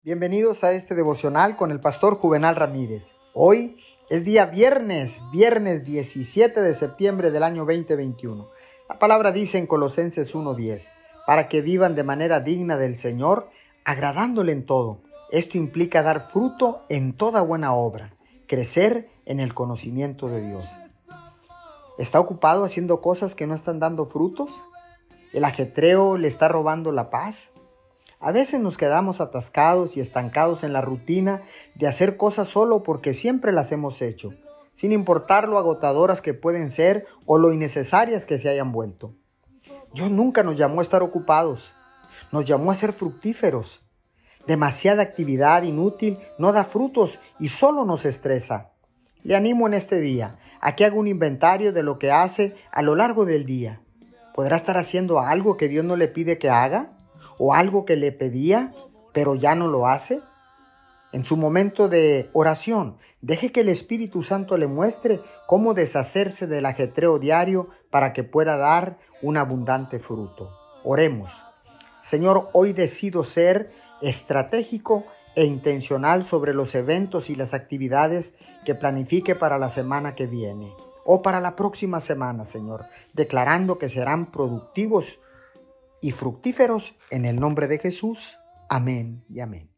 Bienvenidos a este devocional con el pastor Juvenal Ramírez. Hoy es día viernes 17 de septiembre del año 2021. La palabra dice en Colosenses 1:10, para que vivan de manera digna del Señor, agradándole en todo. Esto implica dar fruto en toda buena obra, crecer en el conocimiento de Dios. ¿Está ocupado haciendo cosas que no están dando frutos? ¿El ajetreo le está robando la paz? A veces nos quedamos atascados y estancados en la rutina de hacer cosas solo porque siempre las hemos hecho, sin importar lo agotadoras que pueden ser o lo innecesarias que se hayan vuelto. Dios nunca nos llamó a estar ocupados, nos llamó a ser fructíferos. Demasiada actividad inútil no da frutos y solo nos estresa. Le animo en este día a que haga un inventario de lo que hace a lo largo del día. ¿Podrá estar haciendo algo que Dios no le pide que haga? ¿O algo que le pedía, pero ya no lo hace? En su momento de oración, deje que el Espíritu Santo le muestre cómo deshacerse del ajetreo diario para que pueda dar un abundante fruto. Oremos. Señor, hoy decido ser estratégico e intencional sobre los eventos y las actividades que planifique para la semana que viene o para la próxima semana, Señor, declarando que serán productivos y fructíferos en el nombre de Jesús. Amén y amén.